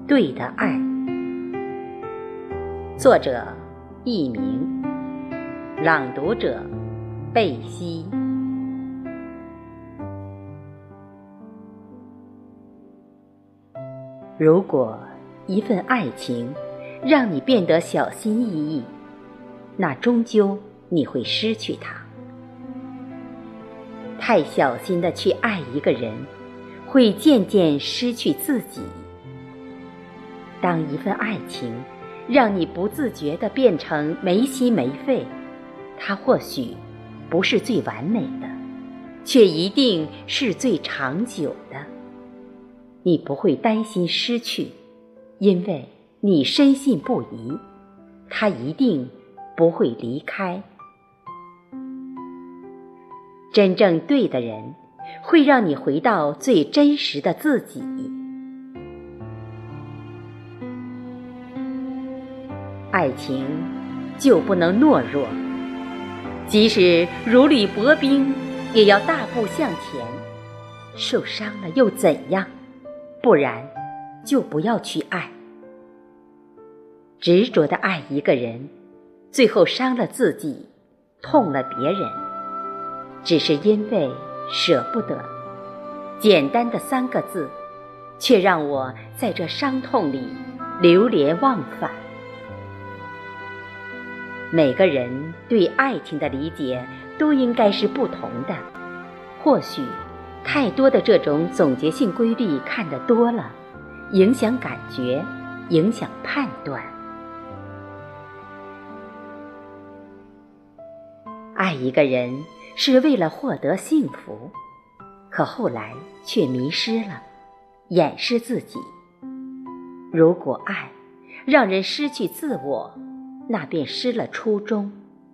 对的爱。作者佚名，朗读者贝西。如果一份爱情让你变得小心翼翼，那终究你会失去它。太小心地去爱一个人，会渐渐失去自己。当一份爱情让你不自觉地变成没心没肺，它或许不是最完美的，却一定是最长久的。你不会担心失去，因为你深信不疑，它一定不会离开。真正对的人，会让你回到最真实的自己。爱情就不能懦弱，即使如履薄冰，也要大步向前。受伤了又怎样？不然就不要去爱。执着地爱一个人，最后伤了自己，痛了别人，只是因为舍不得。简单的3个字，却让我在这伤痛里流连忘返。每个人对爱情的理解都应该是不同的，或许太多的这种总结性规律看得多了，影响感觉，影响判断。爱一个人是为了获得幸福，可后来却迷失了，掩饰自己。如果爱让人失去自我，那便失了初衷。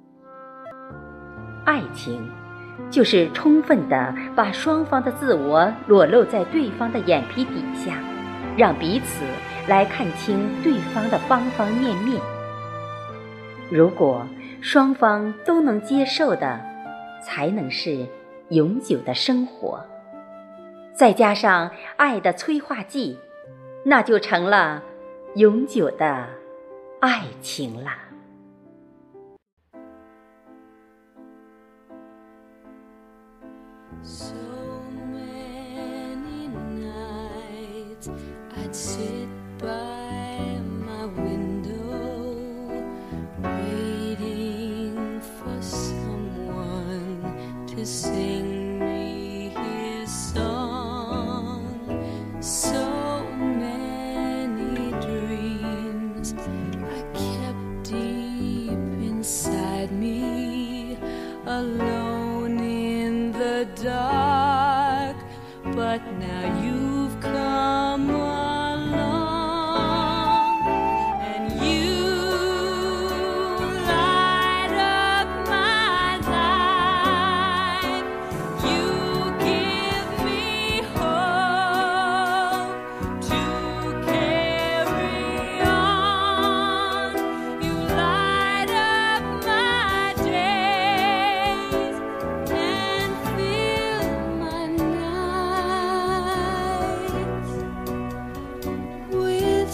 爱情就是充分地把双方的自我裸露在对方的眼皮底下，让彼此来看清对方的方方面面。如果双方都能接受的，才能是永久的生活。再加上爱的催化剂，那就成了永久的爱情了。 So many nights I'd sit by my window, waiting for someone to sing me his song. So many dreams I kept deep inside me, alone in the dark, but now you've come along, and you light up my life. You give me hope to carry on. You light up my days and fill my nights with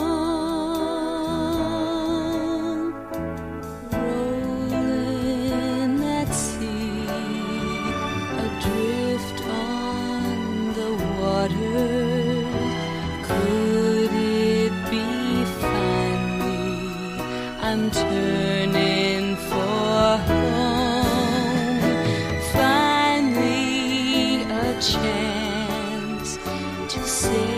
song. Rolling at sea, adrift on the waters. Could it be finally I'm turning for home? Finally a chance to say